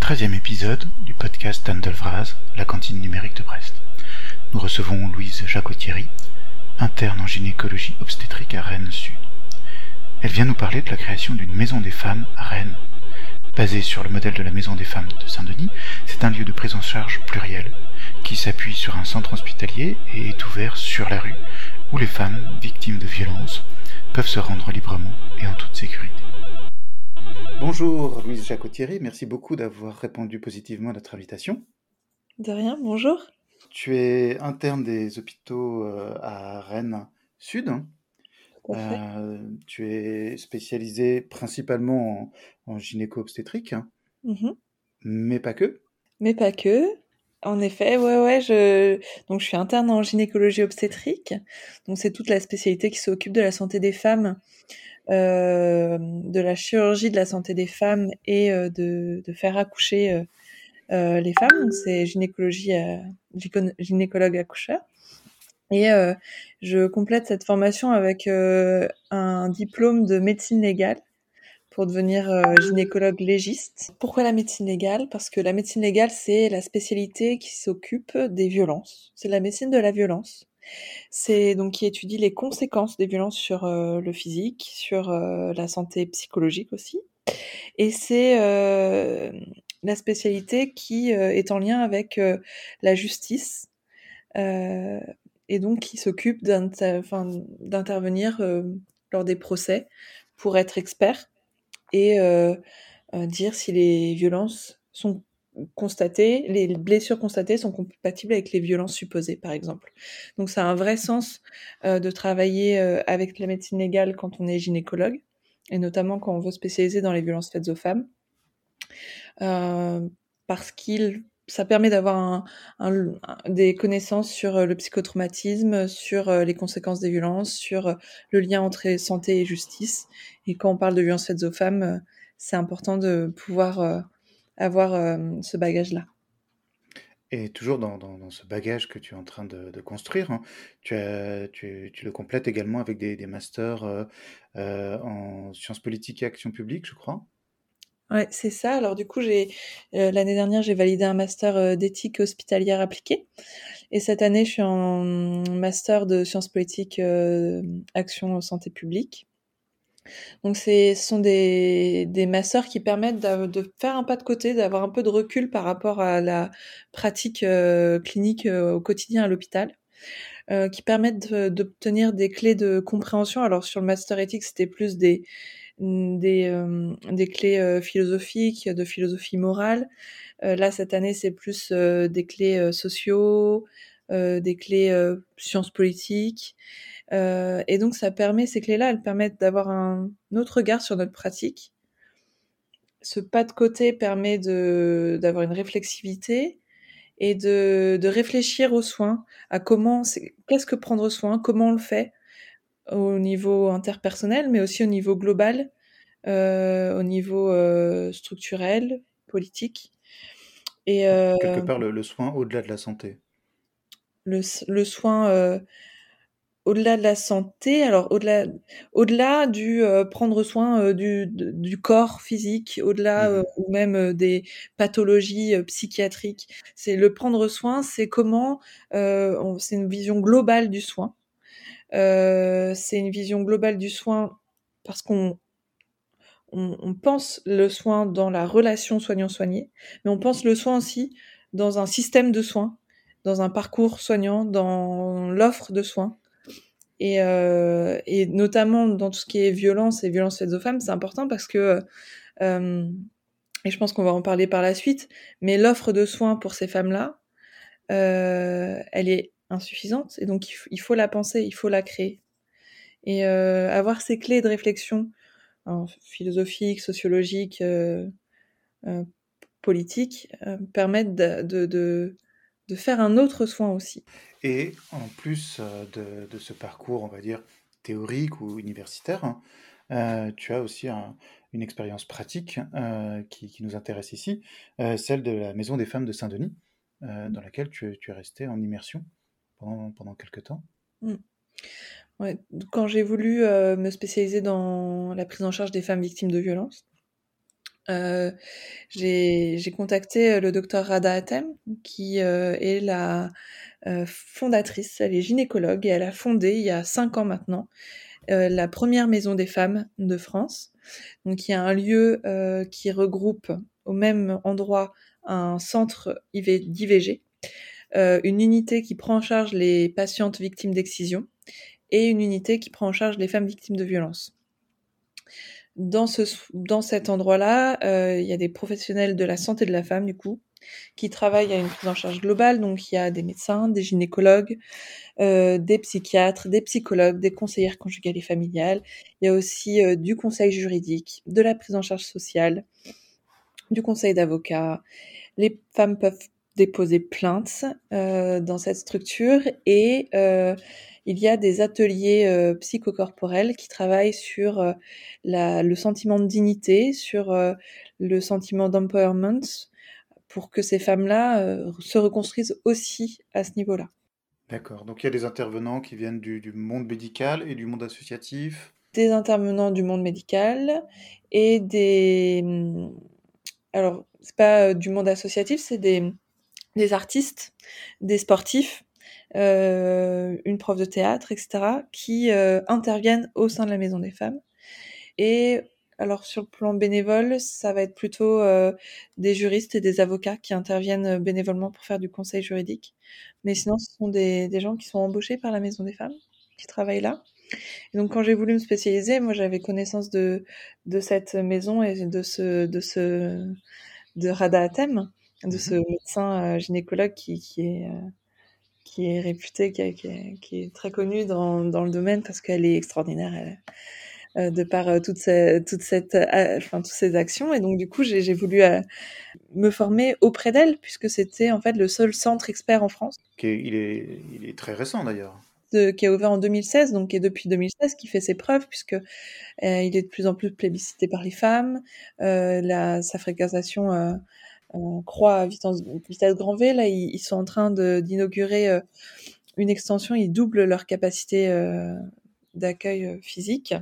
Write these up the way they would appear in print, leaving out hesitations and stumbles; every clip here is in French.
13e épisode du podcast d'Anne Delvraz, la cantine numérique de Brest. Nous recevons Louise Jacot-Thierry, interne en gynécologie obstétrique à Rennes Sud. Elle vient nous parler de la création d'une maison des femmes à Rennes. Basée sur le modèle de la maison des femmes de Saint-Denis, c'est un lieu de prise en charge pluriel qui s'appuie sur un centre hospitalier et est ouvert sur la rue où les femmes victimes de violences peuvent se rendre librement et en toute sécurité. Bonjour Louise Jacot-Thierry, merci beaucoup d'avoir répondu positivement à notre invitation. De rien, bonjour. Tu es interne des hôpitaux à Rennes Sud. Tout à fait. Tu es spécialisée principalement en gynéco-obstétrique, Mhm. mais pas que. Mais pas que. En effet, donc je suis interne en gynécologie obstétrique. Donc c'est toute la spécialité qui s'occupe de la santé des femmes, de la chirurgie de la santé des femmes et de faire accoucher les femmes. Donc c'est gynécologue accoucheur. Et je complète cette formation avec un diplôme de médecine légale pour devenir gynécologue légiste. Pourquoi la médecine légale ? Parce que la médecine légale, c'est la spécialité qui s'occupe des violences. C'est la médecine de la violence. C'est donc qui étudie les conséquences des violences sur le physique, sur la santé psychologique aussi. Et c'est la spécialité qui est en lien avec la justice et donc qui s'occupe d'intervenir lors des procès pour être expert et dire si les violences sont constatées, les blessures constatées sont compatibles avec les violences supposées, par exemple. Donc ça a un vrai sens de travailler avec la médecine légale quand on est gynécologue, et notamment quand on veut spécialiser dans les violences faites aux femmes, parce ça permet d'avoir des connaissances sur le psychotraumatisme, sur les conséquences des violences, sur le lien entre santé et justice. Et quand on parle de violences faites aux femmes, c'est important de pouvoir avoir ce bagage-là. Et toujours dans ce bagage que tu es en train de construire, hein, tu le complètes également avec des masters en sciences politiques et action publique, je crois. Ouais, c'est ça. Alors du coup, l'année dernière, j'ai validé un master d'éthique hospitalière appliquée. Et cette année, je suis en master de sciences politiques action santé publique. Donc ce sont des masters qui permettent de faire un pas de côté, d'avoir un peu de recul par rapport à la pratique clinique au quotidien à l'hôpital, qui permettent d'obtenir des clés de compréhension. Alors sur le master éthique, c'était plus des clés philosophiques, de philosophie morale. Là, cette année, c'est plus des clés sociaux, des clés sciences politiques. Et donc, ces clés-là, elles permettent d'avoir un autre regard sur notre pratique. Ce pas de côté permet d'avoir une réflexivité et de réfléchir aux soins, à qu'est-ce que prendre soin, comment on le fait au niveau interpersonnel, mais aussi au niveau global, au niveau structurel, politique. Et Quelque part, le soin au-delà de la santé. le soin au-delà de la santé, alors au-delà du prendre soin du corps physique, au-delà ou même des pathologies psychiatriques. C'est le prendre soin, c'est comment c'est une vision globale du soin. C'est une vision globale du soin parce qu'on pense le soin dans la relation soignant-soigné, mais on pense le soin aussi dans un système de soins, dans un parcours soignant, dans l'offre de soins. Et notamment dans tout ce qui est violence et violences faites aux femmes, c'est important parce que, et je pense qu'on va en parler par la suite, mais l'offre de soins pour ces femmes-là, elle est insuffisante, et donc il faut la penser, il faut la créer. Et avoir ces clés de réflexion philosophiques, sociologiques, politiques, permettent de faire un autre soin aussi. Et en plus de ce parcours, on va dire, théorique ou universitaire, hein, tu as aussi une expérience pratique qui nous intéresse ici, celle de la Maison des femmes de Saint-Denis, dans laquelle tu es resté en immersion pendant quelques temps. Mmh. Ouais, quand j'ai voulu me spécialiser dans la prise en charge des femmes victimes de violences, Euh, j'ai contacté le docteur Rada Hatem, qui est la fondatrice, elle est gynécologue et elle a fondé il y a 5 ans maintenant la première maison des femmes de France. Donc il y a un lieu qui regroupe au même endroit un centre d'IVG, une unité qui prend en charge les patientes victimes d'excision et une unité qui prend en charge les femmes victimes de violences. Dans cet endroit-là, il y a des professionnels de la santé de la femme, du coup, qui travaillent à une prise en charge globale. Donc, il y a des médecins, des gynécologues, des psychiatres, des psychologues, des conseillères conjugales et familiales. Il y a aussi du conseil juridique, de la prise en charge sociale, du conseil d'avocat. Les femmes peuvent déposer plainte dans cette structure et il y a des ateliers psychocorporels qui travaillent sur le sentiment de dignité, sur le sentiment d'empowerment pour que ces femmes-là se reconstruisent aussi à ce niveau-là. D'accord. Donc il y a des intervenants qui viennent du monde médical et du monde associatif. Des intervenants du monde médical et alors c'est pas du monde associatif, c'est des artistes, des sportifs, une prof de théâtre, etc., qui interviennent au sein de la Maison des Femmes. Et alors sur le plan bénévole, ça va être plutôt des juristes et des avocats qui interviennent bénévolement pour faire du conseil juridique. Mais sinon, ce sont des gens qui sont embauchés par la Maison des Femmes, qui travaillent là. Et donc quand j'ai voulu me spécialiser, moi j'avais connaissance de cette maison et de Rada Hatem, de ce médecin gynécologue qui est réputé, qui est très connu dans le domaine parce qu'elle est extraordinaire, de par toutes ces actions. Et donc du coup, j'ai voulu me former auprès d'elle puisque c'était en fait le seul centre expert en France. Il est très récent d'ailleurs. Qui a ouvert en 2016, donc qui est depuis 2016, qui fait ses preuves puisque il est de plus en plus plébiscité par les femmes. Sa fréquentation croît à vitesse grand V. Là, ils sont en train d'inaugurer une extension. Ils doublent leur capacité d'accueil physique.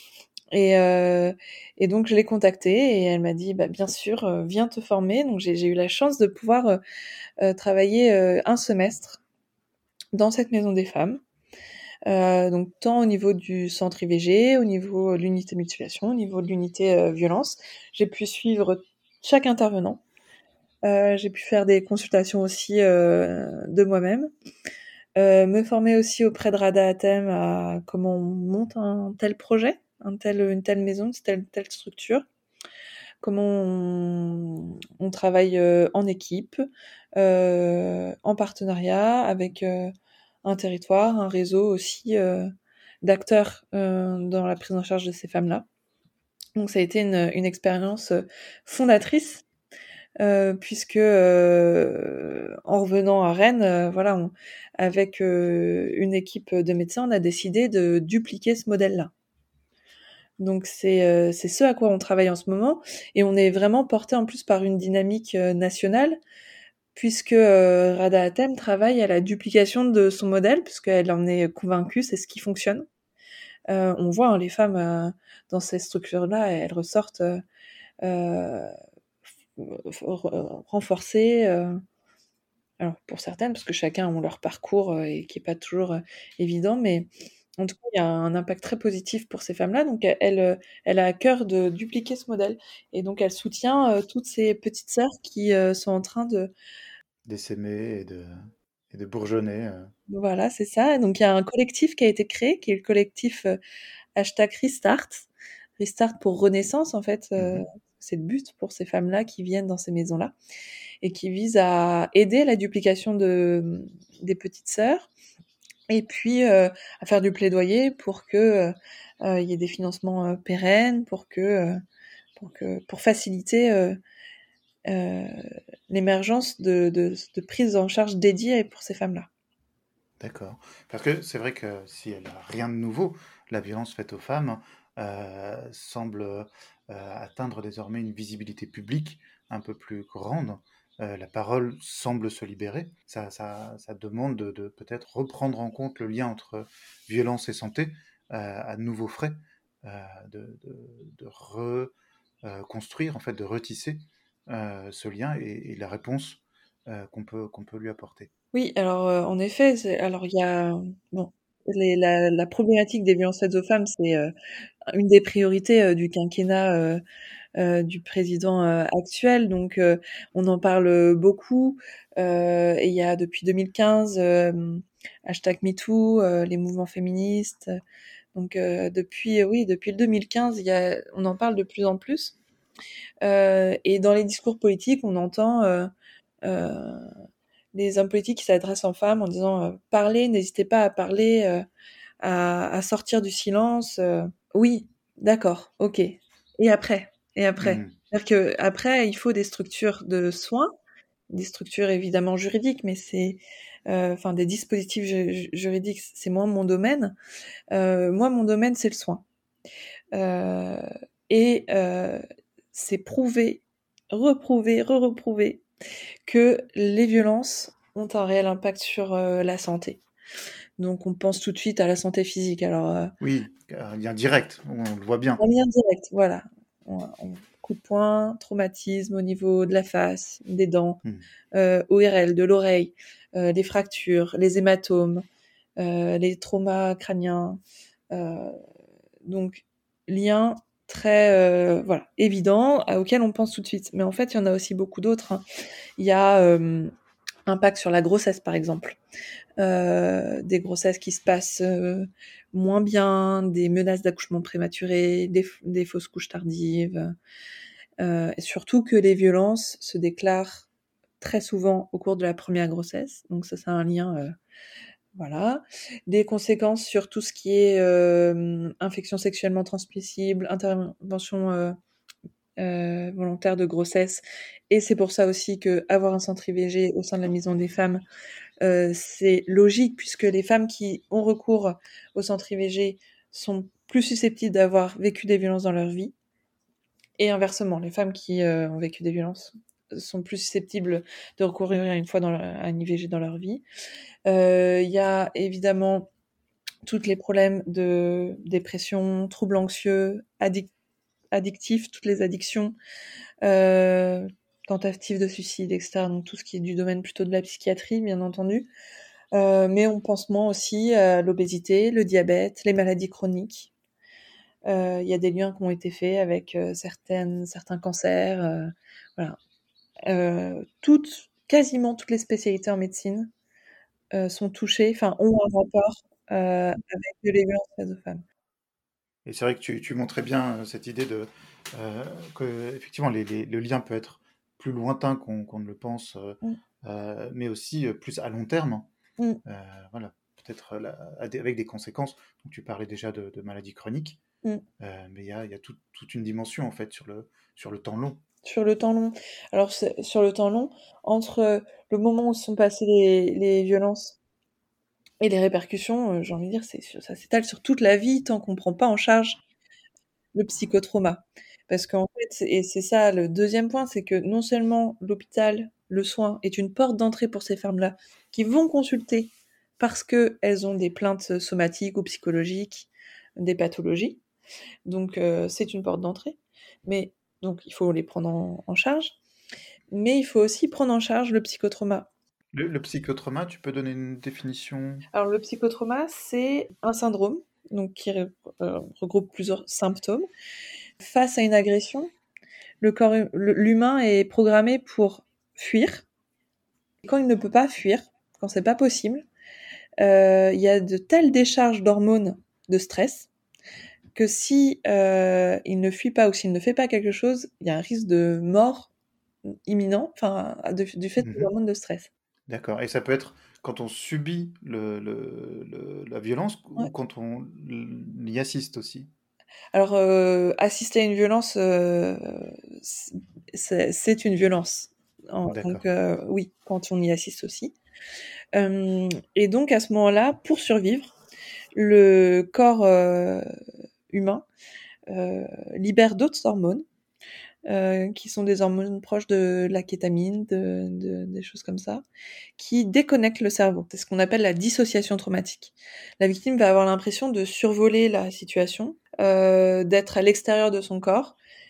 Et donc je l'ai contactée et elle m'a dit bah, bien sûr, viens te former. Donc j'ai eu la chance de pouvoir travailler un semestre dans cette maison des femmes. Donc tant au niveau du centre IVG, au niveau de l'unité mutilation, au niveau de l'unité violence, j'ai pu suivre chaque intervenant. J'ai pu faire des consultations aussi de moi-même, me former aussi auprès de Rada Hatem à comment on monte un tel projet, une telle maison, une telle structure, comment on travaille en équipe, en partenariat avec un territoire, un réseau aussi d'acteurs dans la prise en charge de ces femmes-là. Donc ça a été une expérience fondatrice puisque en revenant à Rennes, voilà, avec une équipe de médecins, on a décidé de dupliquer ce modèle-là. Donc c'est ce à quoi on travaille en ce moment et on est vraiment porté en plus par une dynamique nationale puisque Rada Hatem travaille à la duplication de son modèle puisqu'elle en est convaincue, c'est ce qui fonctionne. On voit hein, les femmes dans ces structures-là, elles ressortent renforcées. Alors pour certaines, parce que chacun a leur parcours et qui est pas toujours évident, mais en tout cas, il y a un impact très positif pour ces femmes-là. Donc elle a à cœur de dupliquer ce modèle et donc elle soutient toutes ces petites sœurs qui sont en train de D'essaimer et de bourgeonner. voilà, c'est ça. Donc il y a un collectif qui a été créé, qui est le collectif #Restart. Restart pour renaissance en fait. C'est le but pour ces femmes-là qui viennent dans ces maisons-là et qui vise à aider à la duplication des petites sœurs et puis à faire du plaidoyer pour que il y ait des financements pérennes, pour faciliter l'émergence de prises en charge dédiées pour ces femmes-là. D'accord. Parce que c'est vrai que si elle n'a rien de nouveau, la violence faite aux femmes semble atteindre désormais une visibilité publique un peu plus grande. La parole semble se libérer. Ça demande de peut-être reprendre en compte le lien entre violence et santé à nouveau frais, de construire, en fait, de retisser ce lien et la réponse qu'on peut lui apporter. Oui, alors, en effet, alors il y a bon, la problématique des violences faites aux femmes, c'est une des priorités du quinquennat du président actuel. Donc, on en parle beaucoup. Et il y a depuis 2015 #MeToo, les mouvements féministes. Donc, depuis le 2015, on en parle de plus en plus. Et dans les discours politiques, on entend les hommes politiques qui s'adressent aux femmes en disant parlez, n'hésitez pas à parler, à sortir du silence. Oui, d'accord, ok. Et après, et après. Mmh. C'est-à-dire que après, il faut des structures de soins, des structures évidemment juridiques, mais c'est, enfin, des dispositifs juridiques, c'est moins mon domaine. Moi, mon domaine, c'est le soin. Euh, et c'est prouvé, reprouvé, re-reprouvé que les violences ont un réel impact sur la santé. Donc on pense tout de suite à la santé physique. Alors Oui, un lien direct, on le voit bien. un lien direct, voilà. Coup de poing, traumatisme au niveau de la face, des dents, ORL, de l'oreille, les fractures, les hématomes, les traumas crâniens. Donc lien très voilà, évident, auquel on pense tout de suite. Mais en fait, il y en a aussi beaucoup d'autres. Hein. Il y a impact sur la grossesse, par exemple. Des grossesses qui se passent moins bien, des menaces d'accouchement prématuré, des fausses couches tardives. Et surtout que les violences se déclarent très souvent au cours de la première grossesse. Donc ça a un lien... voilà. Des conséquences sur tout ce qui est infection sexuellement transmissible, intervention volontaire de grossesse. Et c'est pour ça aussi que avoir un centre IVG au sein de la maison des femmes, c'est logique, puisque les femmes qui ont recours au centre IVG sont plus susceptibles d'avoir vécu des violences dans leur vie. Et inversement, les femmes qui ont vécu des violences sont plus susceptibles de recourir une fois à un IVG dans leur vie. Il y a évidemment tous les problèmes de dépression, troubles anxieux, addictifs, toutes les addictions, tentatives de suicide, etc. Donc tout ce qui est du domaine plutôt de la psychiatrie, bien entendu. Mais on pense moins aussi à l'obésité, le diabète, les maladies chroniques. Il y a des liens qui ont été faits avec certains cancers. Voilà. Quasiment toutes les spécialités en médecine sont touchées, enfin ont un rapport avec les violences faites aux femmes. Et c'est vrai que tu montrais bien cette idée que effectivement le lien peut être plus lointain qu'on ne le pense, Mm. mais aussi plus à long terme. Mm. Voilà, peut-être avec des conséquences. Donc tu parlais déjà de maladies chroniques, Mm. mais il y a toute une dimension en fait sur le temps long. Sur le temps long. Alors sur le temps long, entre le moment où sont passées les violences et les répercussions, j'ai envie de dire, ça s'étale sur toute la vie tant qu'on ne prend pas en charge le psychotrauma. Parce qu'en fait, et c'est ça le deuxième point, c'est que non seulement l'hôpital, le soin est une porte d'entrée pour ces femmes-là qui vont consulter parce qu'elles ont des plaintes somatiques ou psychologiques, des pathologies. Donc c'est une porte d'entrée. Mais donc il faut les prendre en charge. Mais il faut aussi prendre en charge le psychotrauma. Le psychotrauma, tu peux donner une définition? Alors le psychotrauma, c'est un syndrome donc qui regroupe plusieurs symptômes. Face à une agression, l'humain est programmé pour fuir. Quand il ne peut pas fuir, quand c'est pas possible, il y a de telles décharges d'hormones de stress que si il ne fuit pas ou s'il ne fait pas quelque chose, il y a un risque de mort imminent, enfin du fait des hormones de stress. D'accord. Et ça peut être quand on subit la violence ou Ouais. quand on y assiste aussi. Alors, assister à une violence, c'est une violence. D'accord. Donc, oui, quand on y assiste aussi. Et donc, à ce moment-là, pour survivre, le corps humain libère d'autres hormones qui sont des hormones proches de la kétamine, des choses comme ça, qui déconnectent le cerveau. C'est ce qu'on appelle la dissociation traumatique. La victime va avoir l'impression de survoler la situation, d'être à l'extérieur de son corps,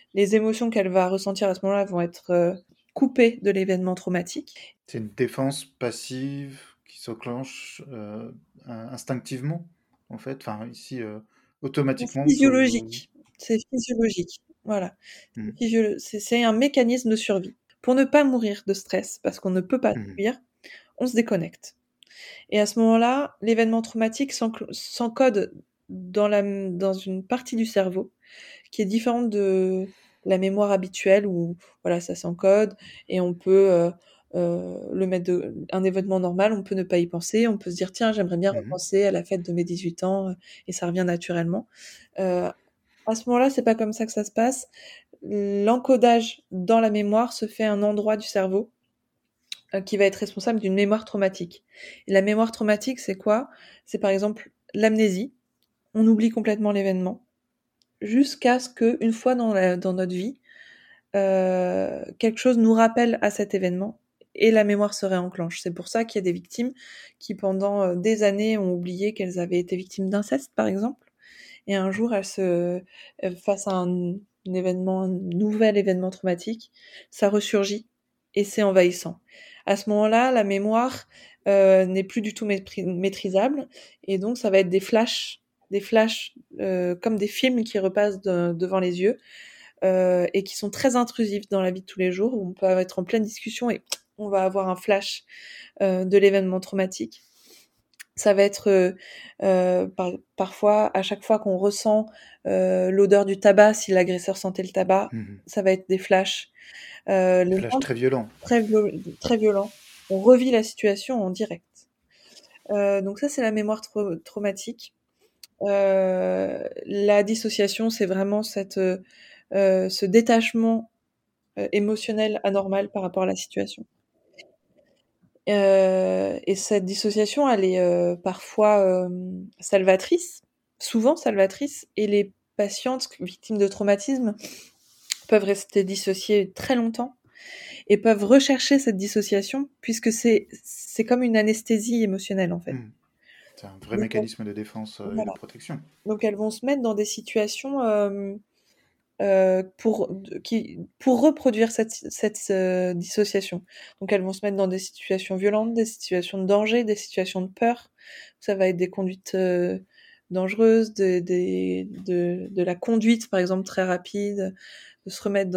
les émotions qu'elle va ressentir à ce moment-là vont être coupées de l'événement traumatique. C'est une défense passive qui s'enclenche instinctivement, en fait. Enfin, ici, automatiquement. Physiologique. C'est physiologique. Voilà. Mhm. C'est un mécanisme de survie. Pour ne pas mourir de stress, parce qu'on ne peut pas Mhm. fuir, on se déconnecte. Et à ce moment-là, l'événement traumatique s'encode dans une partie du cerveau qui est différente de la mémoire habituelle où voilà, ça s'encode et on peut le mettre un événement normal, on peut ne pas y penser, on peut se dire tiens, j'aimerais bien Mhm. repenser à la fête de mes 18 ans et ça revient naturellement. À ce moment-là, c'est pas comme ça que ça se passe. L'encodage dans la mémoire se fait à un endroit du cerveau qui va être responsable d'une mémoire traumatique. Et la mémoire traumatique, c'est quoi? C'est par exemple l'amnésie. On oublie complètement l'événement jusqu'à ce qu'une fois dans notre vie, quelque chose nous rappelle à cet événement et la mémoire se réenclenche. C'est pour ça qu'il y a des victimes qui, pendant des années, ont oublié qu'elles avaient été victimes d'inceste, par exemple. Et un jour, face à un événement, un nouvel événement traumatique, ça ressurgit et c'est envahissant. À ce moment-là, la mémoire n'est plus du tout maîtrisable et donc ça va être des flashs comme des films qui repassent devant les yeux et qui sont très intrusifs dans la vie de tous les jours. Où on peut être en pleine discussion et on va avoir un flash de l'événement traumatique. Ça va être parfois, à chaque fois qu'on ressent l'odeur du tabac, si l'agresseur sentait le tabac, Mhm. ça va être des flashs. Des flashs très violents. Très violents. On revit la situation en direct. Donc ça, c'est la mémoire traumatique. La dissociation, c'est vraiment ce détachement émotionnel anormal par rapport à la situation. Et cette dissociation, elle est parfois salvatrice, souvent salvatrice, et les patientes victimes de traumatisme peuvent rester dissociées très longtemps et peuvent rechercher cette dissociation puisque c'est comme une anesthésie émotionnelle en fait. Mhm. C'est un vrai Donc, mécanisme de défense et de voilà. protection. Donc elles vont se mettre dans des situations pour reproduire cette dissociation. Donc elles vont se mettre dans des situations violentes, des situations de danger, des situations de peur. Ça va être des conduites dangereuses, de la conduite par exemple très rapide, de se remettre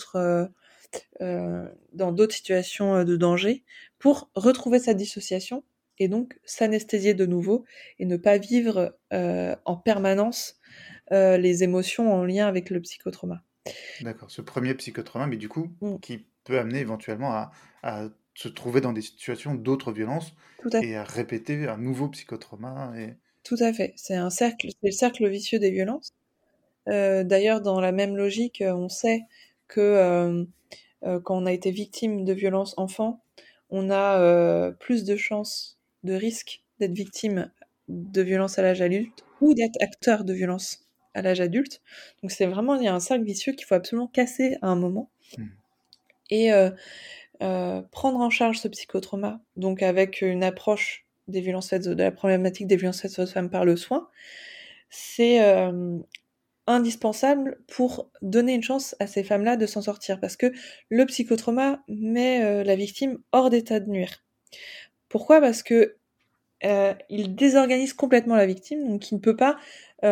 dans d'autres situations de danger pour retrouver sa dissociation et donc s'anesthésier de nouveau et ne pas vivre en permanence les émotions en lien avec le psychotrauma. D'accord. Ce premier psychotrauma, mais du coup, Mm. qui peut amener éventuellement à se trouver dans des situations d'autres violences Tout à fait. et à répéter un nouveau psychotrauma. Et... Tout à fait. C'est le cercle vicieux des violences. D'ailleurs, dans la même logique, on sait que quand on a été victime de violences enfant, on a plus de chances, de risques d'être victime de violences à l'âge adulte ou d'être acteur de violences à l'âge adulte. Donc c'est vraiment, il y a un cercle vicieux qu'il faut absolument casser à un moment. Mhm. Et prendre en charge ce psychotrauma, donc avec une approche des violences faites, de la problématique des violences faites aux femmes par le soin, c'est indispensable pour donner une chance à ces femmes-là de s'en sortir. Parce que le psychotrauma met la victime hors d'état de nuire. Pourquoi? Parce que il désorganise complètement la victime, donc qui ne peut pas,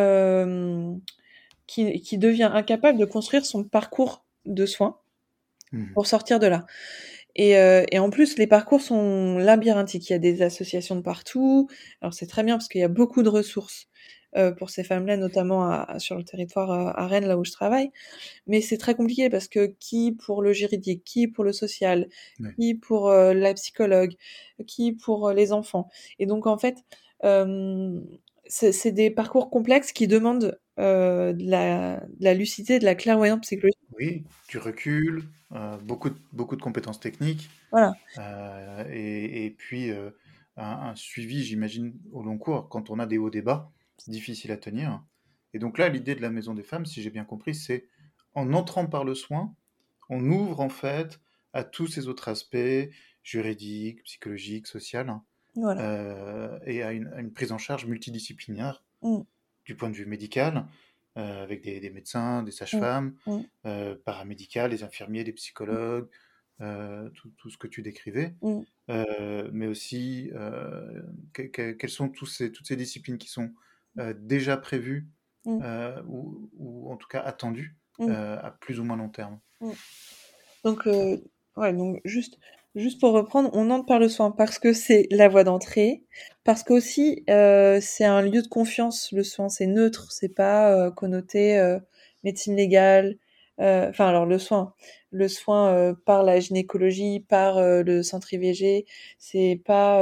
qui devient incapable de construire son parcours de soins Mhm. pour sortir de là. Et en plus, les parcours sont labyrinthiques. Il y a des associations de partout. Alors c'est très bien parce qu'il y a beaucoup de ressources pour ces femmes-là, notamment sur le territoire à Rennes, là où je travaille. Mais c'est très compliqué parce que qui pour le juridique, qui pour le social, Ouais. qui pour la psychologue, qui pour les enfants. Et donc en fait, euh, c'est des parcours complexes qui demandent de la lucidité, de la clairvoyance psychologique. Oui, du recul, beaucoup de compétences techniques, Voilà. et puis un suivi, j'imagine, au long cours. Quand on a des hauts débats, c'est difficile à tenir. Et donc là, l'idée de la Maison des Femmes, si j'ai bien compris, c'est en entrant par le soin, on ouvre en fait à tous ces autres aspects juridiques, psychologiques, sociaux, hein, Voilà. et à une prise en charge multidisciplinaire Mm. du point de vue médical, avec des médecins, des Mmh. sages-femmes, Mmh. paramédicales, des infirmiers, des psychologues, tout ce que tu décrivais. Mmh. Mais aussi, quelles sont toutes ces disciplines qui sont déjà prévues Mmh. ou en tout cas attendues Mmh. à plus ou moins long terme. Mmh. Donc, ouais, donc juste pour reprendre, on entre par le soin parce que c'est la voie d'entrée, parce qu'aussi c'est un lieu de confiance. Le soin, c'est neutre, c'est pas connoté médecine légale. Enfin, alors le soin par la gynécologie, par le centre IVG, c'est pas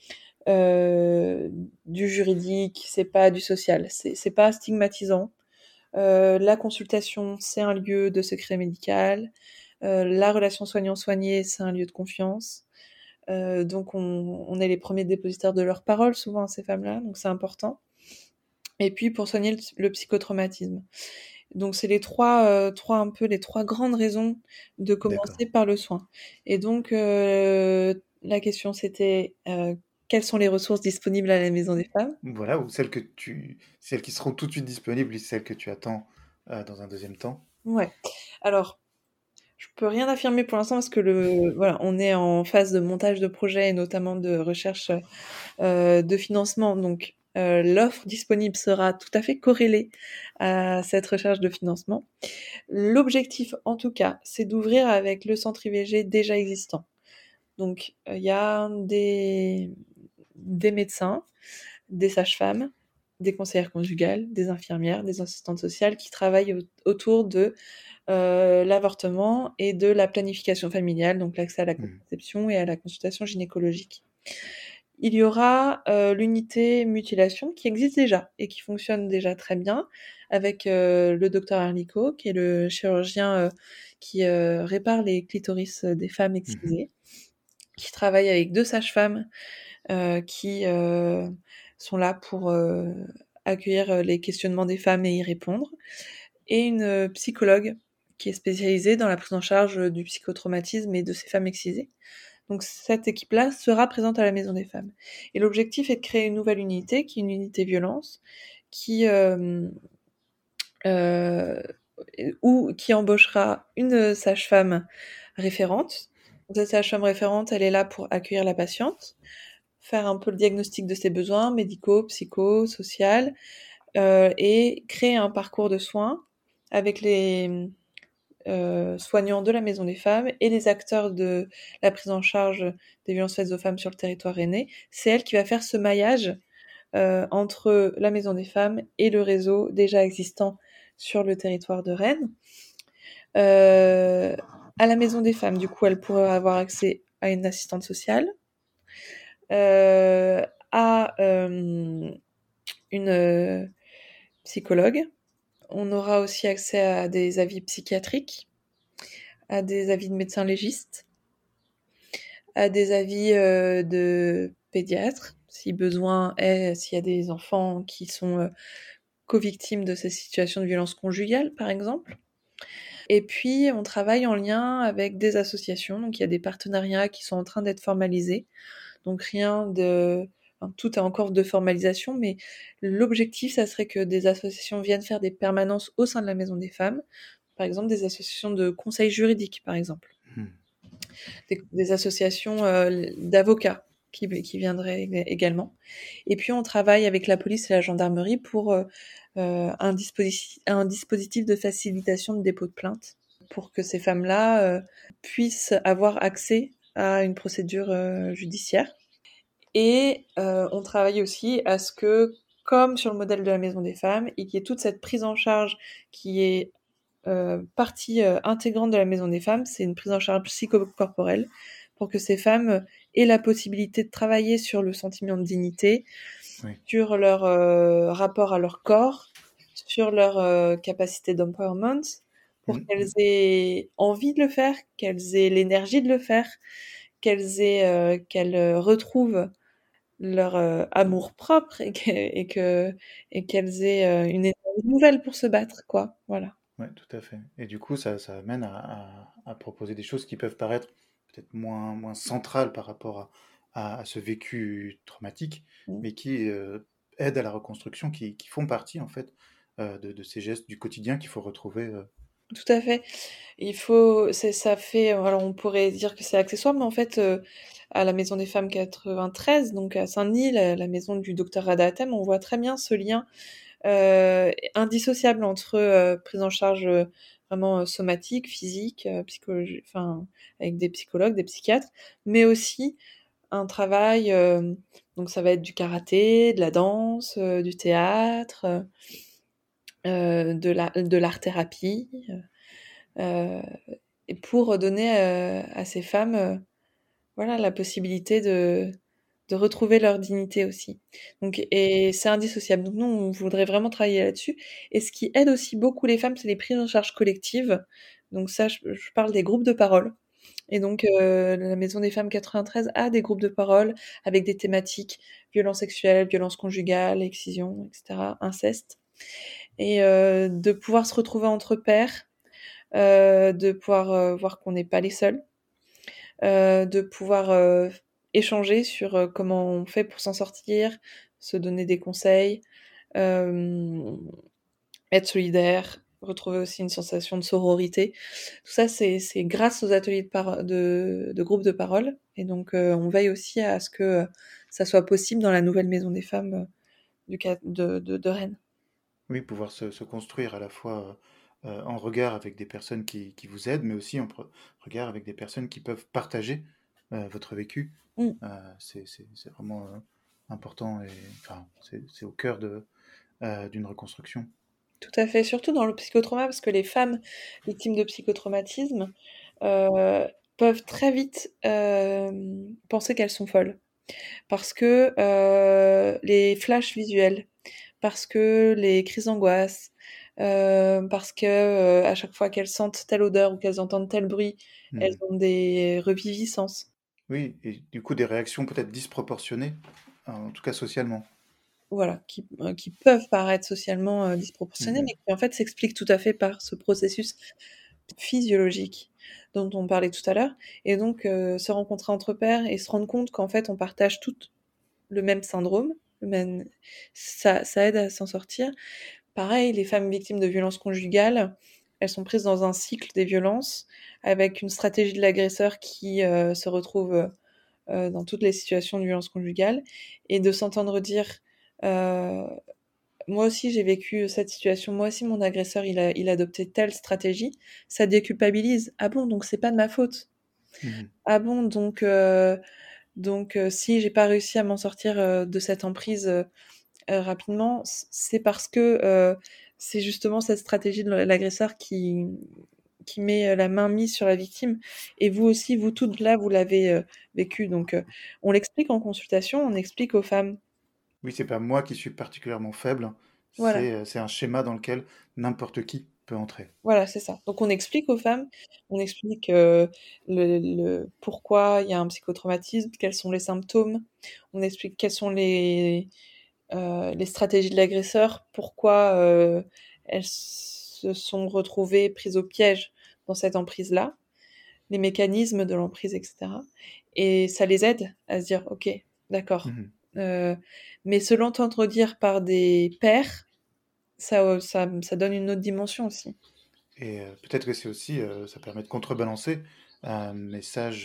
du juridique, c'est pas du social, c'est pas stigmatisant. La consultation, c'est un lieu de secret médical. La relation soignant-soigné, c'est un lieu de confiance. Donc on est les premiers dépositaires de leurs paroles souvent à ces femmes-là, donc c'est important. Et puis pour soigner le psychotraumatisme. Donc c'est les trois grandes raisons de D'accord. commencer par le soin. Et donc la question c'était quelles sont les ressources disponibles à la Maison des Femmes? Voilà, ou celles qui seront tout de suite disponibles, et celles que tu attends dans un deuxième temps. Ouais. Alors je peux rien affirmer pour l'instant parce que voilà, on est en phase de montage de projet et notamment de recherche de financement. Donc, l'offre disponible sera tout à fait corrélée à cette recherche de financement. L'objectif, en tout cas, c'est d'ouvrir avec le centre IVG déjà existant. Donc, il y a des médecins, des sages-femmes, des conseillères conjugales, des infirmières, des assistantes sociales qui travaillent autour de l'avortement et de la planification familiale, donc l'accès à la Hmm. contraception et à la consultation gynécologique. Il y aura l'unité mutilation qui existe déjà et qui fonctionne déjà très bien avec le docteur Arlico, qui est le chirurgien qui répare les clitoris des femmes Mhm. excisées, qui travaille avec 2 sages-femmes qui sont là pour accueillir les questionnements des femmes et y répondre, et une psychologue qui est spécialisée dans la prise en charge du psychotraumatisme et de ces femmes excisées. Donc cette équipe-là sera présente à la Maison des Femmes. Et l'objectif est de créer une nouvelle unité, qui est une unité violence, qui, euh, qui embauchera une sage-femme référente. Donc, cette sage-femme référente, elle est là pour accueillir la patiente, faire un peu le diagnostic de ses besoins médicaux, psycho, social, et créer un parcours de soins avec les soignants de la Maison des Femmes et les acteurs de la prise en charge des violences faites aux femmes sur le territoire rennais. C'est elle qui va faire ce maillage entre la Maison des Femmes et le réseau déjà existant sur le territoire de Rennes. À la Maison des Femmes, du coup, elle pourra avoir accès à une assistante sociale, à une psychologue. On aura aussi accès à des avis psychiatriques, à des avis de médecins légistes, à des avis de pédiatres, si besoin est, s'il y a des enfants qui sont co-victimes de ces situations de violence conjugale, par exemple. Et puis, on travaille en lien avec des associations, donc il y a des partenariats qui sont en train d'être formalisés. Donc rien de... Enfin, tout est encore de formalisation, mais l'objectif, ça serait que des associations viennent faire des permanences au sein de la Maison des Femmes, par exemple des associations de conseil juridique, par exemple. Hmm. Des associations d'avocats qui viendraient également. Et puis on travaille avec la police et la gendarmerie pour un dispositif de facilitation de dépôt de plainte pour que ces femmes-là puissent avoir accès à une procédure judiciaire. Et on travaille aussi à ce que, comme sur le modèle de la Maison des Femmes, il y ait toute cette prise en charge qui est partie intégrante de la Maison des Femmes, c'est une prise en charge psychocorporelle pour que ces femmes aient la possibilité de travailler sur le sentiment de dignité, Oui. sur leur rapport à leur corps, sur leur capacité d'empowerment, pour Hmm. qu'elles aient envie de le faire, qu'elles aient l'énergie de le faire, qu'elles retrouvent leur amour propre et qu'elles aient une énergie nouvelle pour se battre, quoi. Voilà. Ouais, tout à fait. Et du coup, ça amène à proposer des choses qui peuvent paraître peut-être moins centrales par rapport à ce vécu traumatique, Mm. mais qui aident à la reconstruction, qui font partie en fait de ces gestes du quotidien qu'il faut retrouver. Tout à fait. Il faut ça fait alors on pourrait dire que c'est accessoire, mais en fait, à la Maison des femmes 93, donc à Saint-Denis, la maison du docteur Rada Hatem, on voit très bien ce lien, indissociable entre, prise en charge, vraiment, somatique, physique, psychologie enfin, avec des psychologues, des psychiatres, mais aussi un travail, donc ça va être du karaté, de la danse, du théâtre, de l'art-thérapie, heu et pour donner, à ces femmes, voilà, la possibilité de retrouver leur dignité aussi. Donc et c'est indissociable. Donc nous, on voudrait vraiment travailler là-dessus et ce qui aide aussi beaucoup les femmes, c'est les prises en charge collectives. Donc ça, je parle des groupes de parole et donc la Maison des femmes 93 a des groupes de parole avec des thématiques: violences sexuelles, violences conjugales, excision et cetera, inceste et de pouvoir se retrouver entre pairs, de pouvoir, voir qu'on n'est pas les seuls, de pouvoir, échanger sur, comment on fait pour s'en sortir, se donner des conseils, hem, être solidaire, retrouver aussi une sensation de sororité. Tout ça, c'est grâce aux ateliers de groupe de parole et donc on veille aussi à ce que, ça soit possible dans la nouvelle maison des femmes, du ca de Rennes. Oui, pouvoir se construire à la fois en regard avec des personnes qui vous aident, mais aussi regard avec des personnes qui peuvent partager votre vécu. Mmh. C'est vraiment important et enfin, c'est au cœur d'une reconstruction. Tout à fait, surtout dans le psychotrauma, parce que les femmes victimes de psychotraumatisme, peuvent très vite, penser qu'elles sont folles. Parce que, les flashs visuels, parce que les crises d'angoisse, parce que, à chaque fois qu'elles sentent telle odeur ou qu'elles entendent tel bruit, elles Mhm. ont des reviviscences. Oui, et du coup des réactions peut-être disproportionnées, en tout cas socialement. Voilà, qui peuvent paraître socialement, disproportionnées, Mhm. mais qui en fait s'expliquent tout à fait par ce processus physiologique dont on parlait tout à l'heure et donc se rencontrer entre pairs et se rendre compte qu'en fait on partage toutes le même syndrome, le même ça aide à s'en sortir. Pareil, les femmes victimes de violences conjugales, elles sont prises dans un cycle des violences avec une stratégie de l'agresseur qui, se retrouve, dans toutes les situations de violence conjugale et de s'entendre dire, heu: «Moi aussi j'ai vécu cette situation, moi aussi mon agresseur il a adopté telle stratégie», ça déculpabilise. «Ah bon, donc c'est pas de ma faute? Mhm. Ah bon, donc si j'ai pas réussi à m'en sortir, de cette emprise, rapidement, c'est parce que, c'est justement cette stratégie de l'agresseur qui met, la main mise sur la victime et vous aussi, vous toutes là, vous l'avez, vécu». Donc on l'explique en consultation, on explique aux femmes. Oui, c'est pas moi qui suis particulièrement faible, Voilà, c'est un schéma dans lequel n'importe qui peut entrer. voilà, c'est ça. Donc on explique aux femmes, on explique, le pourquoi il y a un psychotraumatisme, quels sont les symptômes, on explique quelles sont les stratégies de l'agresseur, pourquoi, elles se sont retrouvées prises au piège dans cette emprise-là, les mécanismes de l'emprise et cetera et ça les aide à se dire: «OK, d'accord». Mhm. Heu, mais se l'entendre dire par des pairs, ça donne une autre dimension aussi. Et peut-être que c'est aussi, ça permet de contrebalancer un message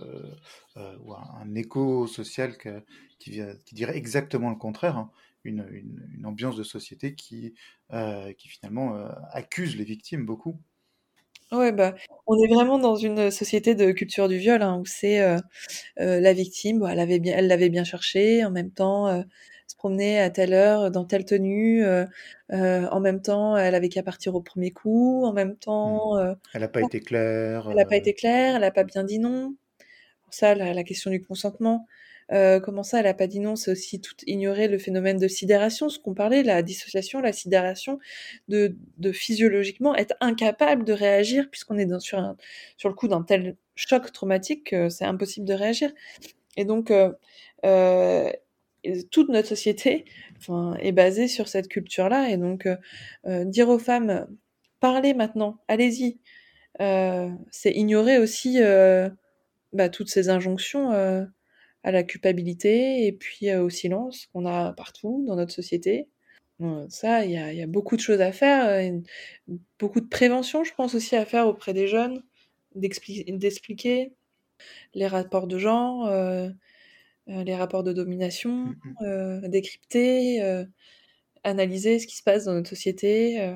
ou un écho social qui dirait exactement le contraire, hein. Une ambiance de société qui finalement accuse les victimes beaucoup. Ouais, bah, on est vraiment dans une société de culture du viol, hein, où c'est, la victime, bah, elle l'avait bien cherché, en même temps, se promenait à telle heure, dans telle tenue, en même temps, elle avait qu'à partir au premier coup, en même Hmm. temps, Elle n'a pas été claire. elle a pas été claire, elle a pas bien dit non. Ça, la question du consentement, comment ça, elle a pas dit non? C'est aussi tout ignorer le phénomène de sidération, ce qu'on parlait, la dissociation, la sidération, de physiologiquement être incapable de réagir puisqu'on est sur le coup d'un tel choc traumatique que c'est impossible de réagir et donc heu et toute notre société, enfin, est basée sur cette culture-là et donc dire aux femmes: «Parlez maintenant, allez-y», c'est ignorer aussi, bah, toutes ces injonctions, à la culpabilité et puis, au silence qu'on a partout dans notre société. Ça, il y a beaucoup de choses à faire, beaucoup de prévention, je pense aussi à faire auprès des jeunes, d'expliquer les rapports de genre, les rapports de domination, décrypter, analyser ce qui se passe dans notre société,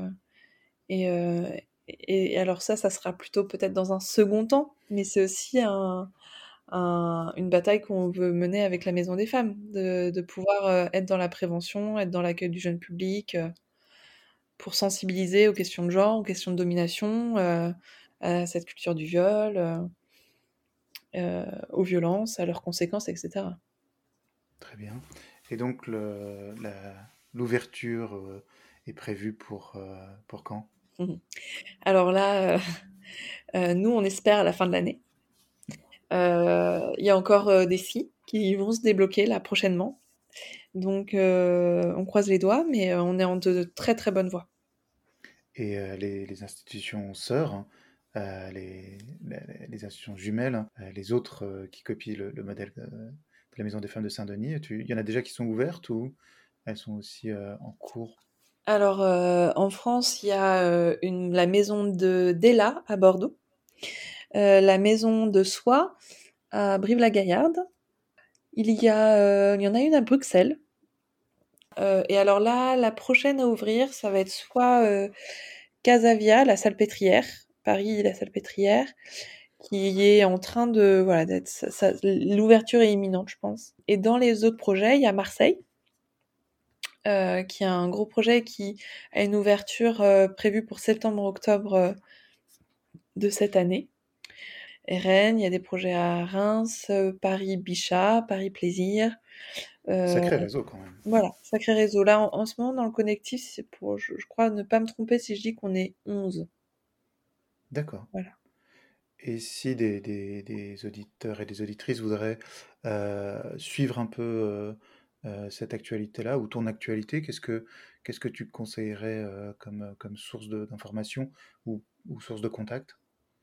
et alors ça sera plutôt peut-être dans un second temps, mais c'est aussi une bataille qu'on veut mener avec la Maison des Femmes, de pouvoir être dans la prévention, être dans l'accueil du jeune public, pour sensibiliser aux questions de genre, aux questions de domination, à cette culture du viol, aux violences, à leurs conséquences, etc. Très bien. Et donc l'ouverture est prévue pour quand? Alors là, nous on espère à la fin de l'année. Il y a encore des si qui vont se débloquer là prochainement. Donc on croise les doigts, mais on est en de très très bonne voie. Et les institutions sœurs, les institutions jumelles, les autres qui copient le modèle de la Maison des Femmes de Saint-Denis, il y en a déjà qui sont ouvertes ou elles sont aussi en cours? Alors en France, il y a la maison d'Ella à Bordeaux, la maison de Soie à Brive-la-Gaillarde. Il y en a une à Bruxelles. Et alors là, la prochaine à ouvrir, ça va être soit Casavia, la Salpêtrière, Paris, la Salpêtrière, qui est en train de d'être l'ouverture est imminente, je pense. Et dans les autres projets, il y a Marseille, qui a un gros projet qui a une ouverture prévue pour septembre-octobre de cette année. Et Rennes, il y a des projets à Reims, Paris Bichat, Paris Plaisir. Sacré réseau quand même. Voilà, sacré réseau. Là, en ce moment, dans le collectif, c'est pour, je crois, ne pas me tromper si je dis qu'on est 11. D'accord. Voilà. Et si des auditeurs et des auditrices voudraient suivre un peu cette actualité-là ou ton actualité, qu'est-ce que tu conseillerais comme source d'information ou source de contact?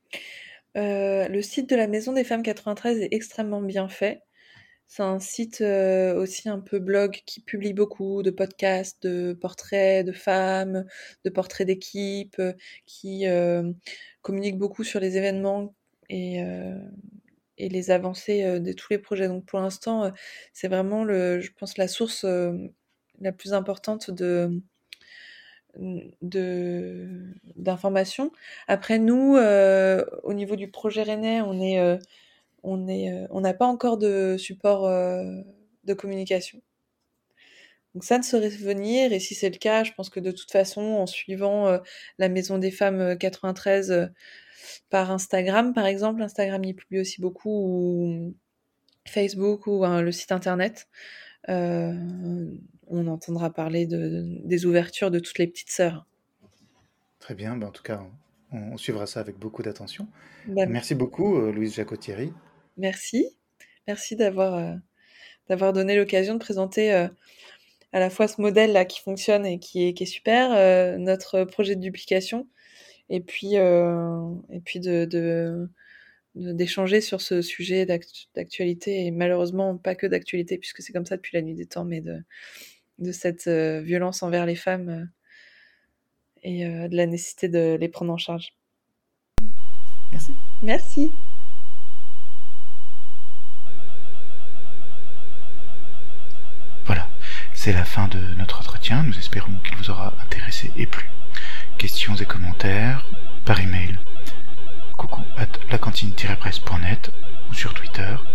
Le site de la Maison des Femmes 93 est extrêmement bien fait. C'est un site aussi un peu blog qui publie beaucoup de podcasts, de portraits de femmes, de portraits d'équipes, qui communique beaucoup sur les événements et les avancées de tous les projets. Donc pour l'instant, c'est vraiment, je pense, la source la plus importante d'informations. Après nous, au niveau du projet rennais, on n'a pas encore de support de communication. Donc ça ne saurait venir, et si c'est le cas, je pense que de toute façon, en suivant la Maison des Femmes 93 par Instagram, par exemple, Instagram y publie aussi beaucoup, ou Facebook, ou le site internet, on entendra parler des ouvertures de toutes les petites sœurs. Très bien, en tout cas, on suivra ça avec beaucoup d'attention. Merci beaucoup, Louise Jacot-Thierry. Merci d'avoir donné l'occasion de présenter à la fois ce modèle-là qui fonctionne et qui est super, notre projet de duplication, et puis d'échanger sur ce sujet d'actualité, et malheureusement pas que d'actualité, puisque c'est comme ça depuis la nuit des temps, mais de cette violence envers les femmes et de la nécessité de les prendre en charge. Merci. Voilà, c'est la fin de notre entretien. Nous espérons qu'il vous aura intéressé et plu. Questions et commentaires par email coucou@lacantine-presse.net ou sur Twitter